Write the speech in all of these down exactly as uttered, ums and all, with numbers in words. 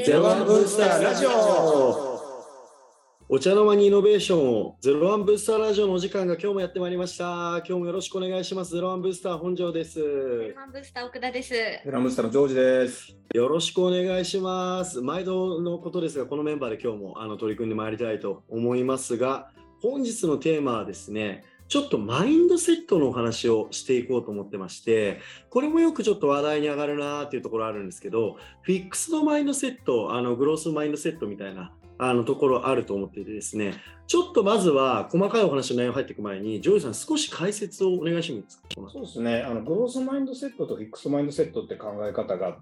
ゼロワンブースターラジオ。お茶の間にイノベーションをゼロワンブースターラジオのお時間が今日もやってまいりました。今日もよろしくお願いします。ゼロワンブースター本庄です。ゼロワンブースター奥田です。 ゼロワンブースターのジョージです。 よろしくお願いします。毎度のことですが、このメンバーで今日もあの取り組んでまいりたいと思いますが、本日のテーマはですね、ちょっとマインドセットのお話をしていこうと思ってまして、これもよくちょっと話題に上がるなっていうところあるんですけど、フィックスドマインドセット、あのグロースマインドセットみたいなあのところあると思っていてですね、ちょっとまずは細かいお話の内容入っていく前に、ジョージさん少し解説をお願いしてもいいですか。 そうですね、あのグロースマインドセットとフィックスマインドセットって考え方があって、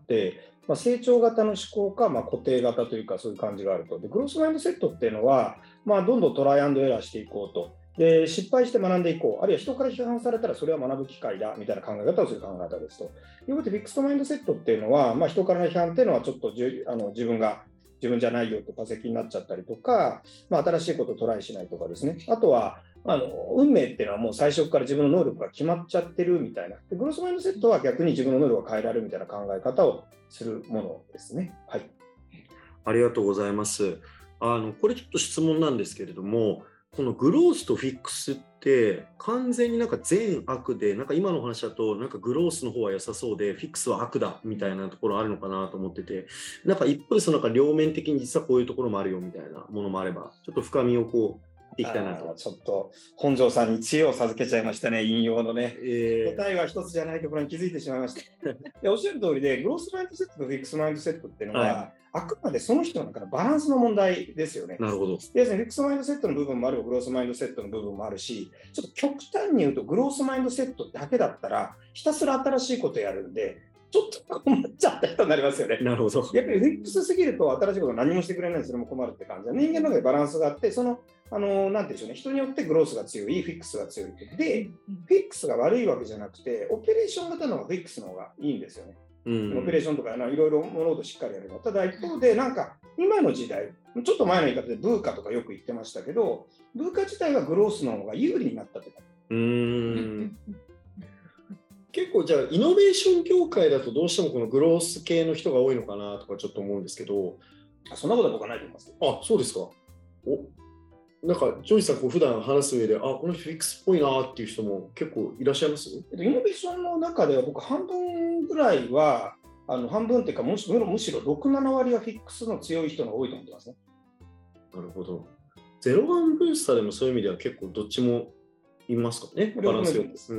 まあ、成長型の思考か、まあ、固定型というかそういう感じがあると。でグロースマインドセットっていうのは、まあ、どんどんトライアンドエラーしていこうと。で失敗して学んでいこう、あるいは人から批判されたらそれは学ぶ機会だみたいな考え方をする考え方ですと。いうことでフィックスマインドセットっていうのは、まあ、人からの批判っていうのはちょっとじゅあの自分が自分じゃないよと化石になっちゃったりとか、まあ、新しいことをトライしないとかですね。あとはあの運命っていうのはもう最初から自分の能力が決まっちゃってるみたいな。でグロースマインドセットは逆に自分の能力が変えられるみたいな考え方をするものですね。はい。 ありがとうございます。あのこれちょっと質問なんですけれども、このグロースとフィックスって完全になんか善悪で、なんか今の話だとなんかグロースの方は良さそうでフィックスは悪だみたいなところあるのかなと思ってて、なんか一方でそのなんか両面的に実はこういうところもあるよみたいなものもあれば、ちょっと深みをこういきたいなと。 ちょっと本庄さんに知恵を授けちゃいましたね、引用のね、 えー、 答えは一つじゃないところに気づいてしまいましたでおっしゃる通りで、グロースマインドセットとフィックスマインドセットっていうのは、はい、あくまでその人の中のバランスの問題ですよね。 なるほど。 で、フィックスマインドセットの部分もある、グロースマインドセットの部分もあるし、ちょっと極端に言うとグロースマインドセットだけだったらひたすら新しいことやるんでちょっと困っちゃった人になりますよね。 なるほど。 やっぱりフィックスすぎると新しいこと何もしてくれないんでそれも困るって感じで、人間の中でバランスがあって、そのあのなんていうんでしょうね、人によってグロースが強い、フィックスが強いで、フィックスが悪いわけじゃなくてオペレーション型の方がフィックスの方がいいんですよね。うん、オペレーションとかいろいろ物事しっかりやれば。ただ一方でなんか今の時代、ちょっと前の言い方でブーカとかよく言ってましたけど、ブーカ自体はグロースの方が有利になったってこと。 うーん結構じゃあイノベーション業界だとどうしてもこのグロース系の人が多いのかなとかちょっと思うんですけど。 あ、そんなことは僕はないと思います。 あ、そうですか。おなんかジョージさんこう普段話す上で、あ、この人フィックスっぽいなっていう人も結構いらっしゃいます？ イノベーションの中では僕半分ぐらいはあの半分っていうかむしろむしろろく、なな割はフィックスの強い人が多いと思ってますね。 なるほど。ゼロワンブースターでもそういう意味では結構どっちもいますかね。バランスよく。うん。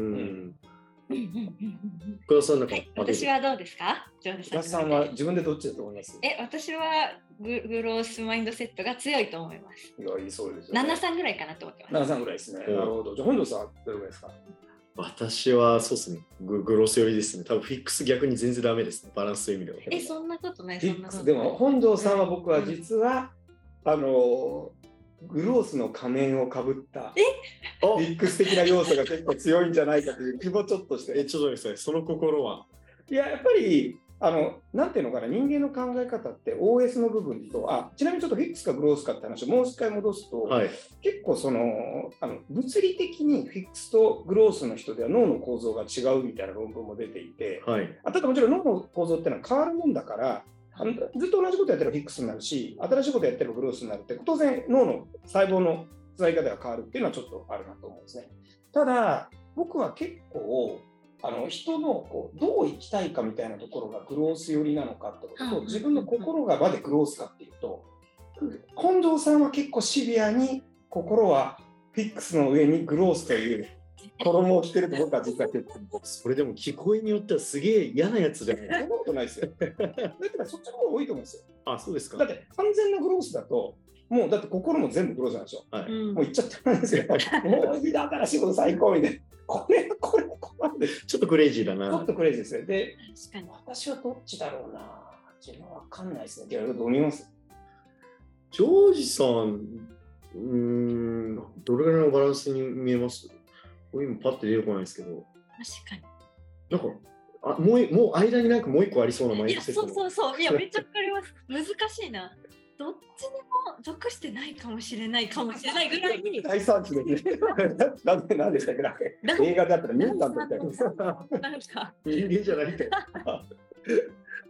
福田さんなんか、はい、 私はどうですか？ 福田さんは自分でどっちだと思います？ え、私はグ, グロースマインドセットが強いと思います。 いや、いいそうですよね。 ななさんぐらいかなと思ってます。 ななさんぐらいですね。なるほど。じゃあ本庄さんはどれぐらいですか？ 私はそうですね、グ, グロース寄りですね。多分フィックス逆に全然ダメですね。バランスという意味では。 え、そんなことない。そんなことない。 でも本庄さんは僕は実は、うん、あのグロースの仮面をかぶったフィックス的な要素が結構強いんじゃないかという気もちょっとして。 え、ちょっとですね、その心は。 いや、やっぱりあのなんていうのかな、人間の考え方って オーエス の部分と、あ、ちなみにちょっとフィックスかグロースかって話をもう一回戻すと、はい、結構そのあの物理的にフィックスとグロースの人では脳の構造が違うみたいな論文も出ていて、はい、あただもちろん脳の構造っていうのは変わるもんだから、あのずっと同じことやってるフィックスになるし、新しいことやってるグロースになるって、当然脳の細胞の使い方が変わるっていうのはちょっとあるなと思うんですね。ただ僕は結構あの人のこうどう生きたいかみたいなところがグロース寄りなのかってことと、自分の心がまでグロースかっていうと、近藤さんは結構シビアに心はフィックスの上にグロースという衣を着てると僕は実は結構。 それでも聞こえによってはすげえ嫌なやつじゃない。 そんなことないですよ。だからそっちの方が多いと思うんですよ。 あ、そうですか。 だって完全なグロースだと、もうだって心も全部グロースなんでしょ。はい、もう言っちゃってるんですよ。もういいだ、新しいこと最高みたいな。これ、これ、これ。 ちょっとクレイジーだな。 ちょっとクレイジーですね。で、私はどっちだろうな。自分は分かんないですね。どう見ます？ ジョージさん、うーん、どれぐらいのバランスに見えます？これ今パッて出てこないですけど。 確かに。 なんか、あ、もう、もう間になんかもう一個ありそうなマインドセット。 そうそうそう。いや、めっちゃ分かります。難しいな。どっちにも属してないかもしれないかもしれないぐらいに。 大産地でなんで、なんでしたっけ？映画だったらニュータントみたいな。 なんか。 人間じゃないって。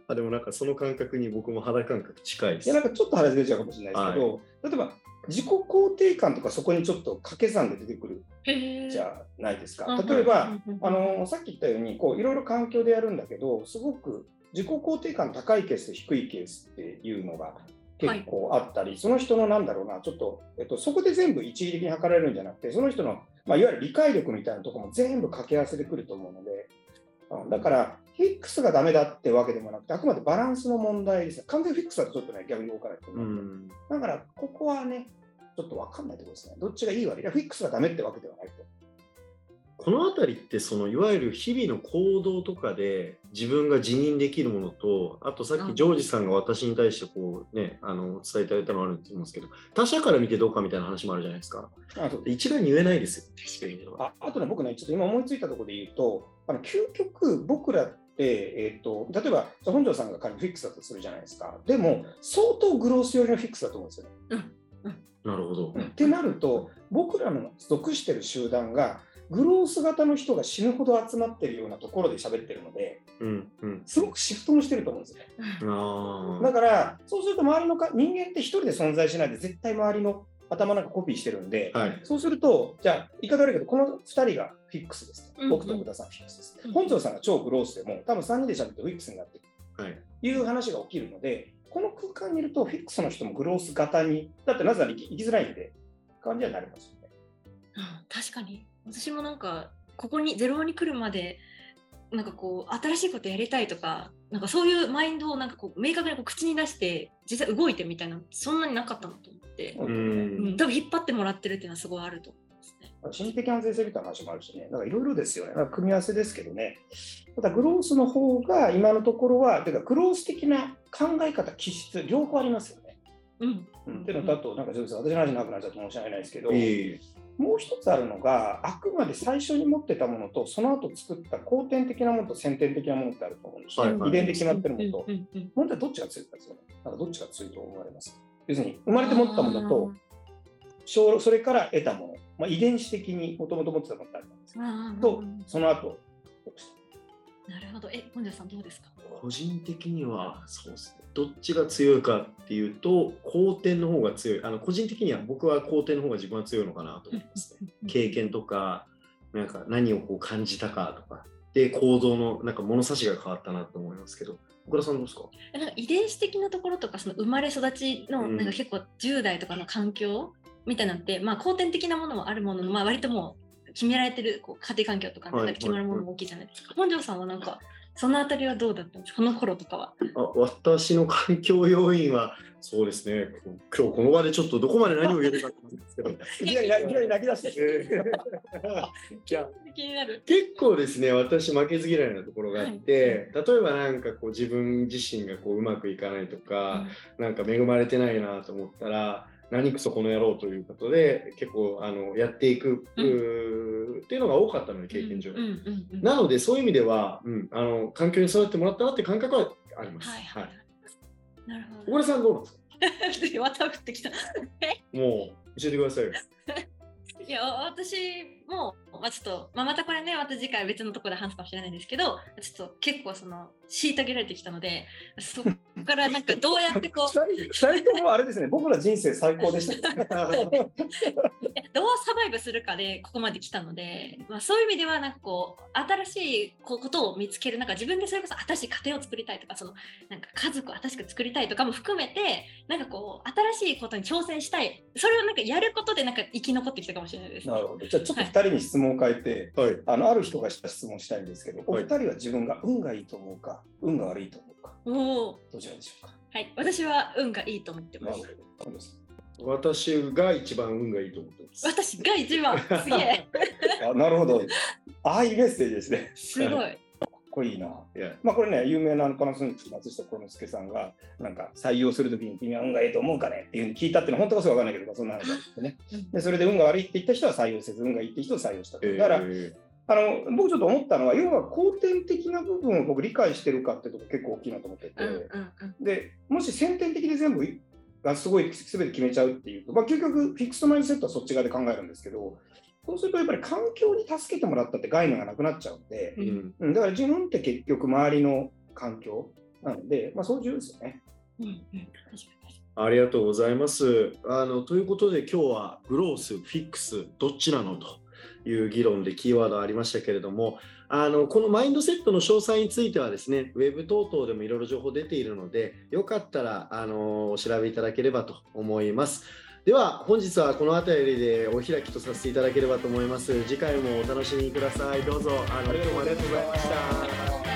あでもなんかその感覚に僕も肌感覚近いです。 いやなんかちょっと話出ちゃうかもしれないですけど、はい、例えば自己肯定感とかそこにちょっと掛け算で出てくるじゃないですか。例えばあのさっき言ったようにこういろいろ環境でやるんだけど、すごく自己肯定感高いケースと低いケースっていうのが結構あったり、はい、その人のなんだろうなちょっと、えっと、そこで全部一時的に測られるんじゃなくて、その人の、まあ、いわゆる理解力みたいなところも全部掛け合わせでくると思うので、だからフィックスがダメだってわけでもなくて、あくまでバランスの問題です。完全フィックスだとちょっとね逆に動かないと思うので、だからここはねちょっと分かんないところですね。どっちがいい悪い、いやフィックスがダメってわけではないと。 このあたりってそのいわゆる日々の行動とかで自分が自認できるものと、あとさっきジョージさんが私に対してこうねあの伝えていただいたのがあると思うんですけど、他者から見てどうかみたいな話もあるじゃないですか。あと一概に言えないですよ。 あ, あとね僕ねちょっと今思いついたところで言うと、あの究極僕らってえー、と例えば本庄さんが仮にフィックスだとするじゃないですか。でも相当グロース寄りのフィックスだと思うんですよね。 うんうん、 なるほど。 ってなると僕らの属してる集団がグロース型の人が死ぬほど集まってるようなところで喋ってるので、 うんうん、 すごくシフトもしてると思うんですね。あだからそうすると周りのか人間って一人で存在しないで絶対周りの頭なんかコピーしてるんで、はい、そうするとじゃあ言い方悪いけどこのふたりがフィックスです、うんうん、僕と福田さんフィックスです、うん、本庄さんが超グロースでも多分さんにんで喋ってフィックスになっていく、はい、いう話が起きるので、この空間にいるとフィックスの人もグロース型にだってなぜなら生き、生きづらいんで感じにはなりますよね、 うん、確かに私もなんかここにゼロに来るまでなんかこう新しいことやりたいとか、なんかそういうマインドをなんかこう明確にこう口に出して実際動いてみたいなそんなになかったなと思って、うんうん、多分引っ張ってもらってるっていうのはすごいあると思いますね。 心理的安全性みたいな話もあるしね、だからいろいろですよね。組み合わせですけどね。ただグロースの方が今のところは、てかグロース的な考え方気質両方ありますよね。うんうん、っていうのとあとなんか私の話長くなっちゃって申し訳ないですけど。えーもう一つあるのが、あくまで最初に持ってたものとその後作った後天的なものと先天的なものってあると思うんですよ、はいはい、遺伝で決まってるものと、うんうんうん、本当はどっちが強いかですよね。なんかどっちが強いと思われます。要するに生まれて持ったものとそれから得たもの、まあ、遺伝子的にもともと持ってたものってあるんですよとその後。 なるほど。え、本庄さんどうですか？ 個人的にはそうですね。どっちが強いかっていうと後天の方が強い。あの個人的には僕は後天の方が自分は強いのかなと思いますね。経験とかなんか何をこう感じたかとかで行動のなんか物差しが変わったなと思いますけど、岡田さんどうですか？ なんか遺伝子的なところとかその生まれ育ちのなんか結構じゅう代とかの環境みたいなのって、うん、まあ後天的なものもあるものの、まあ、割ともう決められてるこう家庭環境とかなんか決まるものも大きいじゃないですか。本庄さんはなんかそのあたりはどうだったんですか？この頃とかは。 あ、私の環境要因はそうですね。今日この場でちょっとどこまで何を言えるかと思うんですけど、いきなりいきなり泣き出して。 じゃあ気になる。 結構ですね、私負けず嫌いなところがあって、はい、例えばなんかこう自分自身がこううまくいかないとか、うん、なんか恵まれてないなと思ったら。何くそこの野郎ということで結構あのやっていく、うん、っていうのが多かったので経験上、うんうんうんうん、なのでそういう意味では、うん、あの環境に育ってもらったなっていう感覚はあります。はいはいはい、 なるほど。 小倉さんどうなんですか？ また降ってきた。 もう教えてくださいよ。 いや私も、まあ、ちょっと、まあ、またこれねまた次回別のところで話すかもしれないんですけど、ちょっと結構その虐げられてきたので、そこからなんかどうやってこうふたりともあれですね、僕ら人生最高でした、ね、どうサバイブするかでここまで来たので、まあ、そういう意味ではなんかこう新しいことを見つける、なんか自分でそれこそ新しい家庭を作りたいとか、そのなんか家族を新しく作りたいとかも含めて、なんかこう新しいことに挑戦したい、それをなんかやることでなんか生き残ってきたかもしれないです、ね。 なるほど。じゃあちょっとふたりに質問を変えて、はい、あのある人がした質問したいんですけど、はい、お二人は自分が運がいいと思うか運が悪いと思うか、おどちらでしょうか？ はい、私は運がいいと思ってます。 私が一番運がいいと思ってます。 私が一番すげえ。 あ、なるほど。ああいうメッセージですね。 すごい。 かっこいいな。まあこれね、有名なパナソニック松下幸之助さんがなんか採用するときに君は運がいいと思うかねっていうふうに聞いたっていうのは本当かそうかわからないけど、そんな話なんですよね。でそれで運が悪いって言った人は採用せず、運がいいって人を採用したと。だから、えーあの僕ちょっと思ったのは、要は後天的な部分を僕理解してるかっていうところ結構大きいなと思ってて、うんうんうん、でもし先天的で全部がすごい全て決めちゃうっていうと、まあ、究極フィックストマインドセットはそっち側で考えるんですけど、そうするとやっぱり環境に助けてもらったって概念がなくなっちゃうんで、うんうん、だから自分って結局周りの環境なので、まあ、そう重要ですよね。 うんうん、 ありがとうございます。あのということで今日はグロース、フィックスどっちなのという議論でキーワードありましたけれども、あのこのマインドセットの詳細についてはですね、ウェブ等々でもいろいろ情報出ているので、よかったらあのお調べいただければと思います。では本日はこの辺りでお開きとさせていただければと思います。次回もお楽しみください。どうぞあの今日もありがとうございました。